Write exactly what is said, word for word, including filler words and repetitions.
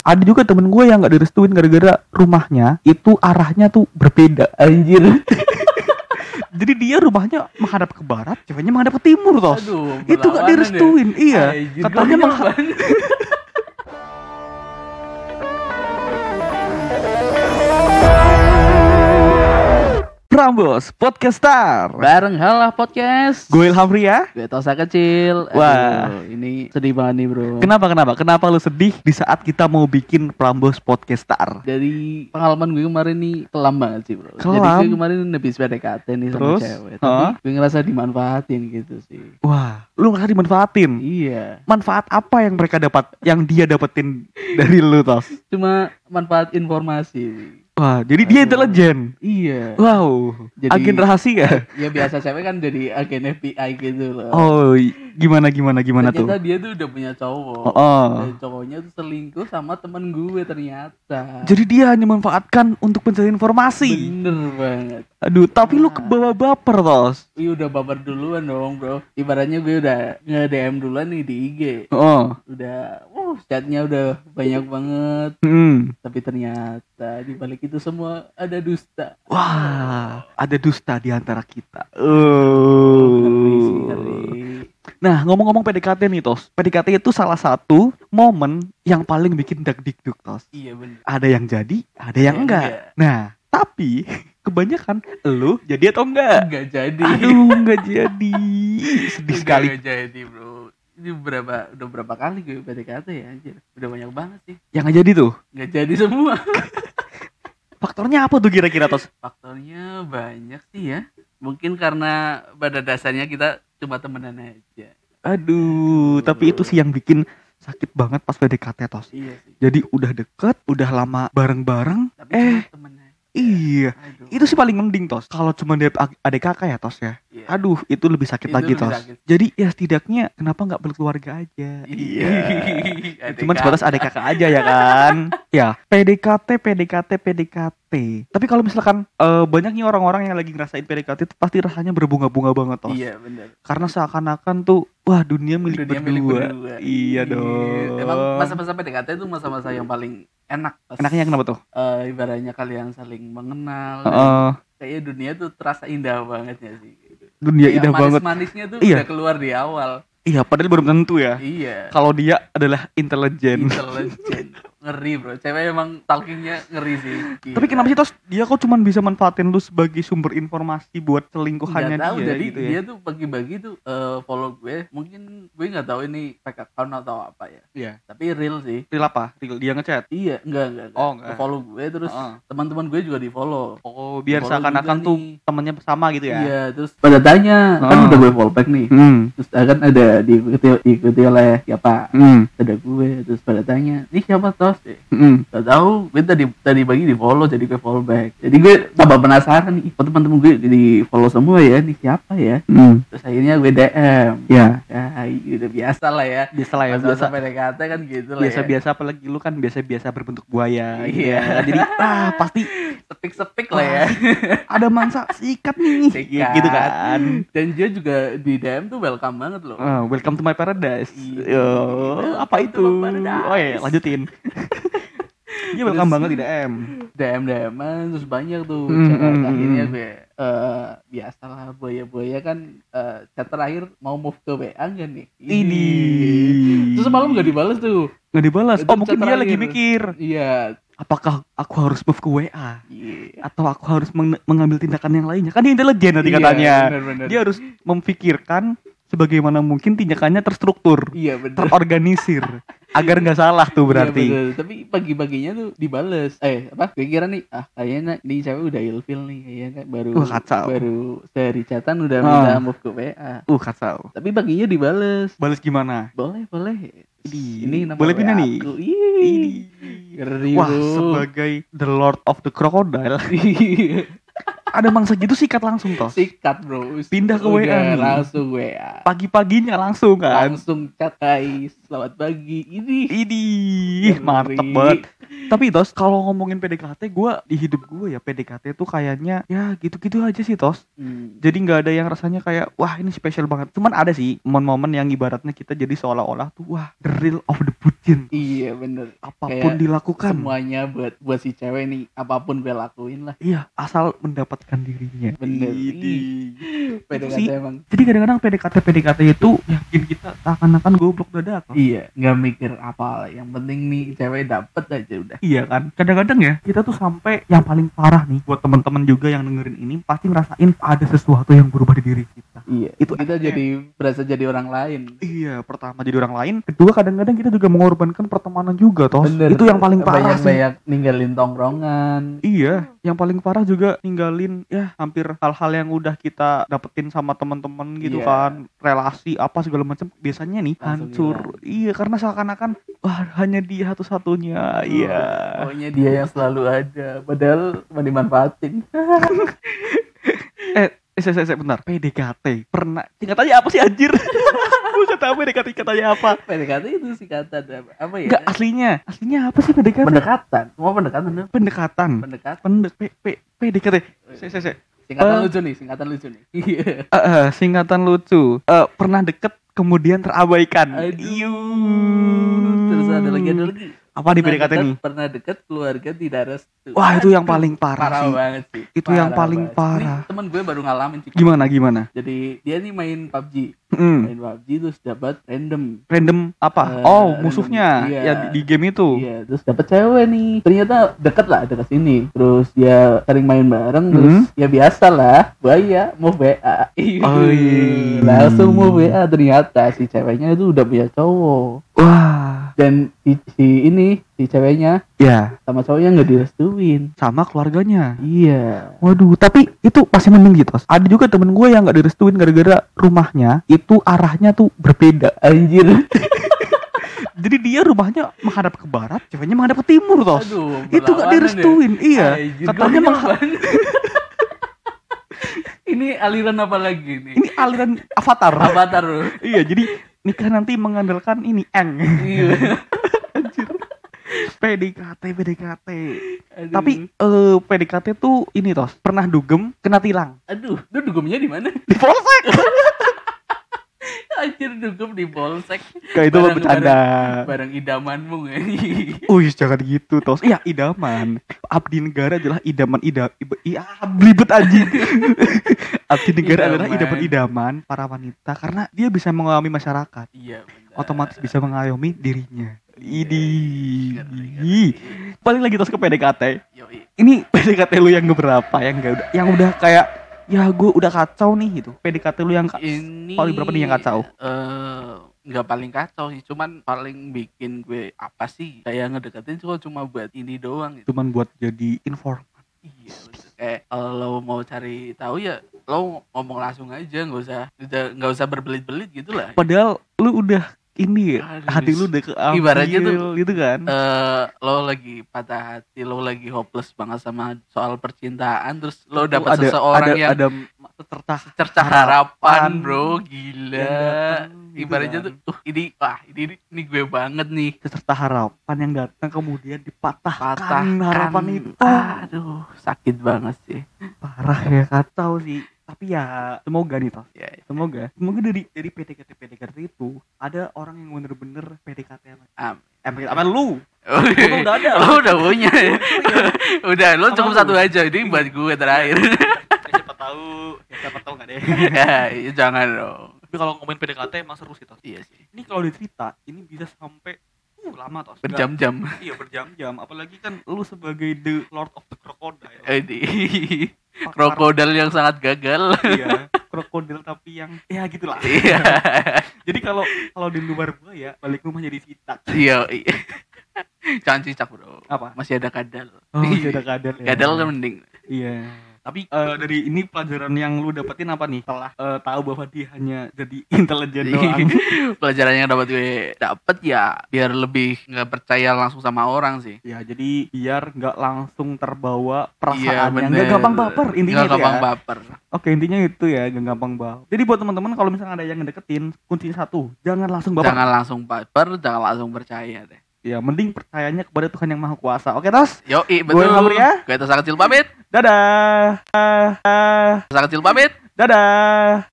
Ada juga temen gue yang nggak direstuin gara-gara rumahnya itu arahnya tuh berbeda, anjir. Jadi dia rumahnya menghadap ke barat, ceweknya menghadap ke timur, tos. Aduh, Itu nggak direstuin, ya? iya. Anjir, Katanya menghadap. Prambos Podcast Star bareng Halah Podcast. Gue Ilham Ria. Gue Tosa Kecil. Aduh, wah, ini sedih banget nih bro. Kenapa kenapa kenapa lu sedih di saat kita mau bikin Prambos Podcast Star? Dari pengalaman gue kemarin nih kelam banget sih bro. Kelam? Jadi gue kemarin habis P D K T nih sama Terus? cewek. Tapi Huh? gue ngerasa dimanfaatin gitu sih. Wah, lu ngerasa dimanfaatin? Iya. Manfaat apa yang mereka dapat, yang dia dapetin dari lu, Tos? Cuma manfaat informasi. Wah, jadi dia intelijen. Iya. Wow. Jadi- Agen rahasia. Ya biasa cewek kan jadi agen F B I gitu loh. Oh, gimana gimana gimana tuh? Ternyata dia tuh udah punya cowok. Oh, oh. Dan cowoknya tuh selingkuh sama temen gue ternyata. Jadi dia hanya memanfaatkan untuk mencari informasi. Bener banget. Aduh, tapi lu Nah. kebawa baper, Tos. Wih udah baper duluan dong bro. Ibaratnya gue udah nge-D M duluan nih di I G. Oh. Udah, uh, chatnya udah banyak banget. Hmm. Tapi ternyata di balik itu semua ada dusta. Wah, ada dusta di antara kita. Ngeri sih, Oh. ngeri. Nah, ngomong-ngomong P D K T nih, Tos. P D K T itu salah satu momen yang paling bikin dag-digdug, Tos. Iya bener. Ada yang jadi, ada yang Iya, enggak. iya. Nah, tapi kebanyakan lu jadi atau enggak? Enggak jadi. Aduh, enggak jadi. Sedih Enggak, sekali. enggak jadi bro. Ini berapa, udah berapa kali gue P D K T ya anjir. Udah banyak banget sih. Yang enggak jadi tuh. Enggak jadi semua. Faktornya apa tuh kira-kira, Tos? Faktornya banyak sih ya. Mungkin karena pada dasarnya kita cuma temenan aja. Aduh, tapi itu sih yang bikin sakit banget pas P D K T, Tos. Iya sih. Jadi udah deket, udah lama bareng-bareng. Tapi Eh, cuma temen aja. iya. Aduh. Itu sih paling mending, Tos. Kalau cuma dia adik kakak ya, Tos ya. Iya. Aduh, itu lebih sakit Itu lagi, lebih Tos. sakit. Jadi ya setidaknya kenapa nggak berkeluarga aja? Iya. Adik Cuman sebatas adik kakak aja ya kan. Ya, P D K T, P D K T, P D K T. Tapi kalau misalkan eh, banyak nih orang-orang yang lagi ngerasain P D K T itu pasti rasanya berbunga-bunga banget, Tos. Iya benar. Karena seakan-akan tuh wah, dunia milik Dunia berdua. milik berdua. Iya dong. Emang masa-masa P D K T itu masa-masa yang paling enak. Pas, Enaknya kenapa tuh? eh, ibaratnya kalian saling mengenal. dan Heeh, Kayaknya dunia tuh terasa indah banget ya sih. dunia Kayak indah banget. manis-manisnya tuh Iya. udah keluar di awal. Iya, padahal belum tentu ya. Iya. Kalau dia adalah intelijen. Intelijen. Ngeri bro. Cewek emang talkingnya ngeri sih. Gila. Tapi kenapa sih, Tos? Dia kok cuman bisa manfaatin lu sebagai sumber informasi buat selingkuhannya nggak tahu, dia jadi gitu ya. dia tuh pagi-pagi tuh eh, follow gue. Mungkin gue nggak tahu ini fake account atau apa ya. Iya. Tapi real sih. Real apa? Real dia ngechat. Iya, enggak enggak. enggak. Oh, enggak. Follow gue terus Heeh. teman-teman gue juga di follow. Oh, biar Follow seakan-akan juga tuh nih. temennya sama gitu ya. Iya, terus pada tanya kan Oh. udah gue follow back nih. Hmm. Terus kan ada diikuti diikuti oleh siapa? Hmm. Ada gue. Terus pada tanya, "Nih siapa Tos?" Hmm. Gak tahu, gue tadi tadi pagi di follow jadi gue follow back. Jadi gue tambah penasaran nih, kok teman-teman gue di follow semua ya, nih siapa ya? Hmm. Terus akhirnya gue D M. Ya, Ya, udah biasa lah ya. biasa lah ya, Masa-masa biasa. P D K T kan gitu lah ya. Biasa-biasa apalagi lu kan biasa-biasa berbentuk buaya gitu Iya. ya. Jadi ah pasti Sepik-sepik lah ya. ada mangsa sikat nih. Sikat. Gitu kan. Dan dia juga di D M tuh welcome banget loh. Ah, welcome to my paradise. Iya. Yo, Welcome apa to itu? my paradise. Oh iya, lanjutin. Dia welcome Terus- banget di D M. D M D M terus banyak tuh Hmm, chat. hmm, Akhirnya hmm. gue eh biasalah buaya-buaya kan eh, chat terakhir mau move ke W A enggak nih? Ini. Terus semalam gak dibales tuh. Nggak dibalas. Itu Oh, mungkin chat dia lagi terakhir. mikir, Iya. apakah aku harus move ke W A Iya. atau aku harus meng- mengambil tindakan yang lainnya? Kan dia intelijen nanti Iya, katanya. benar-benar. Dia harus memikirkan sebagaimana mungkin tindakannya terstruktur, Iya bener. terorganisir agar nggak salah tuh berarti. Iya, bener. Tapi pagi-paginya tuh dibales. Eh apa? Gue kira nih, ah kayaknya nih cewek udah ilfil nih, kayaknya kan baru Wah, kacau. baru dari chatan udah Ah. minta move ke W A. Uh, kacau. Tapi paginya dibales. Balas gimana? Boleh, boleh. Ini, Ini nama boleh pindah W A nih. aku. Ih, Ini. ngeri, Wah, bro. sebagai the Lord of the Crocodile, Iya. ada mangsa gitu sikat langsung toh. Sikat bro. Pindah ke W A Udah, nih. langsung W A. Pagi-paginya langsung kan. Langsung chat guys. Selamat pagi. Ini. Ini Ngeri. mantep banget. Tapi Tos, kalau ngomongin P D K T, gue di hidup gue ya P D K T tuh kayaknya ya gitu-gitu aja sih Tos. Hmm. Jadi nggak ada yang rasanya kayak wah ini spesial banget. Cuman ada sih momen-momen yang ibaratnya kita jadi seolah-olah tuh wah the real of the bucin. Iya bener. Apapun Kayak dilakukan. semuanya buat buat si cewek nih, apapun gue lakuin lah. Iya, asal mendapatkan dirinya. Bener. Idi. P D K T sih. emang. Jadi kadang-kadang P D K T P D K T itu yakin kita seakan-akan goblok dadakan. Iya, nggak mikir apa, yang penting nih cewek dapet aja udah. Iya kan, kadang-kadang ya kita tuh sampai yang paling parah nih buat teman-teman juga yang dengerin ini pasti ngerasain ada sesuatu yang berubah di diri kita. Iya, Itu kita akhirnya- jadi berasa jadi orang lain. Iya, pertama jadi orang lain, kedua kadang-kadang kita juga mengorbankan pertemanan juga toh. Itu yang paling parah sih. Banyak ninggalin tongkrongan. Iya, yang paling parah juga ninggalin ya hampir hal-hal yang udah kita dapetin sama teman-teman gitu Iya. kan, relasi apa segala macam biasanya nih Langsung hancur. Iya, karena seakan-akan wah hanya dia satu-satunya. Iya. Pokoknya dia yang selalu ada, padahal cuma dimanfaatin. Eh, eh, saya, saya, bentar. P D K T pernah singkatannya apa sih anjir? Buset apa P D K T singkatannya apa? P D K T itu singkatan apa, apa ya? Enggak aslinya. Aslinya apa sih P D K T? Pendekatan, semua pendekatan dong. Pendekatan. Pendekatan. Pendek P, P, P D K T. Saya, saya, saya. Singkatan Eh. lucu nih, singkatan lucu nih. Iya. Eh, eh, singkatan lucu. Eh, pernah deket kemudian terabaikan. Aduh. Iu. Terus ada lagi ada lagi. Apa di P D K T Pernah nih? dekat- Pernah dekat keluarga tidak restu. Wah, itu yang Aduh, paling parah parah sih. banget sih. Itu Parah yang paling banget. parah. Ini temen gue baru ngalamin sih. Gimana gimana? Jadi dia nih main P U B G, Hmm. main P U B G terus dapat random. Random apa? Eh, oh, random. musuhnya Iya. ya di, di game itu. Iya, terus dapat cewek nih. Ternyata deket lah, dekat sini. Terus dia sering main bareng, terus Hmm. ya biasa lah, buaya mau W A. Oh, iya. Langsung mau W A, ternyata si ceweknya itu udah punya cowok. Wah, Dan si, si ini, si ceweknya ya sama cowoknya nggak direstuin. sama keluarganya. Iya. Waduh, tapi itu masih mending gitu. Ada juga temen gue yang nggak direstuin gara-gara rumahnya itu arahnya tuh berbeda. Anjir. Jadi dia rumahnya menghadap ke barat, ceweknya menghadap ke timur, Tos. Aduh, Itu nggak berlawanan direstuin, ya? iya. Anjir, Katanya konyol mengha- banget. Ini aliran apa lagi nih? ini aliran avatar. Avatar loh. Iya, jadi nikah nanti mengandalkan ini eng. Iya. P D K T, P D K T. Aduh. Tapi eh P D K T tuh ini Tos, pernah dugem kena tilang aduh, lu dugemnya di mana? di polsek. Anjir, dugem di polsek. Kayak itu mah Barang- bercanda. Barang idamanmu nggak? Wih, jangan gitu Tos. Iya, idaman. Abdi negara adalah idaman ida iba- iya belibet anjing. Abdi negara adalah Idaman. idaman-idaman para wanita karena dia bisa mengayomi masyarakat. Iya, benar. Otomatis bisa mengayomi dirinya. Idi. Ngeri, ngeri. Balik lagi Tos ke P D K T. Yoi. Ini P D K T lu yang berapa yang enggak udah yang udah kayak ya gue udah kacau nih gitu. P D K T lu yang ka- Ini paling berapa nih yang kacau? Eh, nggak paling kacau sih, cuman paling bikin gue apa sih kayak ngedeketin cuma cuma buat ini doang gitu. cuman buat jadi inform. Iya, betul. Kayak kalau lo mau cari tahu ya lo ngomong langsung aja, nggak usah udah nggak usah berbelit-belit gitu lah. Padahal lu udah ini Aduh, hati lu udah keambil ibaratnya tuh, gitu kan. Eh, lo lagi patah hati, lo lagi hopeless banget sama soal percintaan, terus lo Tuh dapat ada, seseorang ada, yang ada tercerta cercah harapan harapan, bro, yang gila. datang gitu Ibaratnya kan. tuh, uh ini, wah ini, ini, ini gue banget nih. serta harapan yang datang kemudian dipatahkan Patahkan. harapan itu. Aduh, sakit banget sih. Parah ya, kacau sih. Tapi ya semoga nih Tos. Ya, Semoga, semoga dari dari P D K T P D K T itu ada orang yang bener-bener P D K T sama am. eh, apa lu? Oh, Gua udah ada. Lo udah punya. Udah, lo Sama cukup lu. satu aja. Ini buat gue terakhir. Siapa tahu, ya, siapa tahu nggak deh. Ya, ya, jangan dong. Tapi kalau ngomongin P D K T emang seru sih Tos. Iya sih. Ini kalau dicerita ini bisa sampai uh, lama Tos. Nggak- Berjam-jam. Iya berjam-jam. Apalagi kan lu sebagai the Lord of the Crocodile. Eh, di Pakar- krokodil yang sangat gagal. Iya, krokodil tapi yang ya gitulah. Iya. Jadi kalau kalau di luar gua ya balik rumah jadi sitak. Iya. iya. Jangan cicak, bro. Apa? Masih ada kadal. Oh, masih ada kadal ya. Kadal kan mending. Iya. Tapi eh, dari ini pelajaran yang lu dapetin apa nih? Setelah eh, tahu bahwa dia hanya jadi intelijen doang. Pelajaran yang dapat gue dapet ya biar lebih nggak percaya langsung sama orang sih. Ya, jadi biar nggak langsung terbawa Iya, perasaannya, bener. nggak gampang baper intinya Nggak itu gampang ya. baper. Oke, intinya itu ya, nggak gampang baper. Jadi buat teman-teman kalau misalnya ada yang ngedeketin, kuncinya satu, jangan langsung baper. Jangan langsung baper, jangan langsung percaya deh. Ya mending percayanya kepada Tuhan yang Maha Kuasa. Oke Tos? Yoi, Gue betul. Hamri ya. Gue Tosa Kecil pamit. Dadah. Tosa Kecil pamit. Dadah.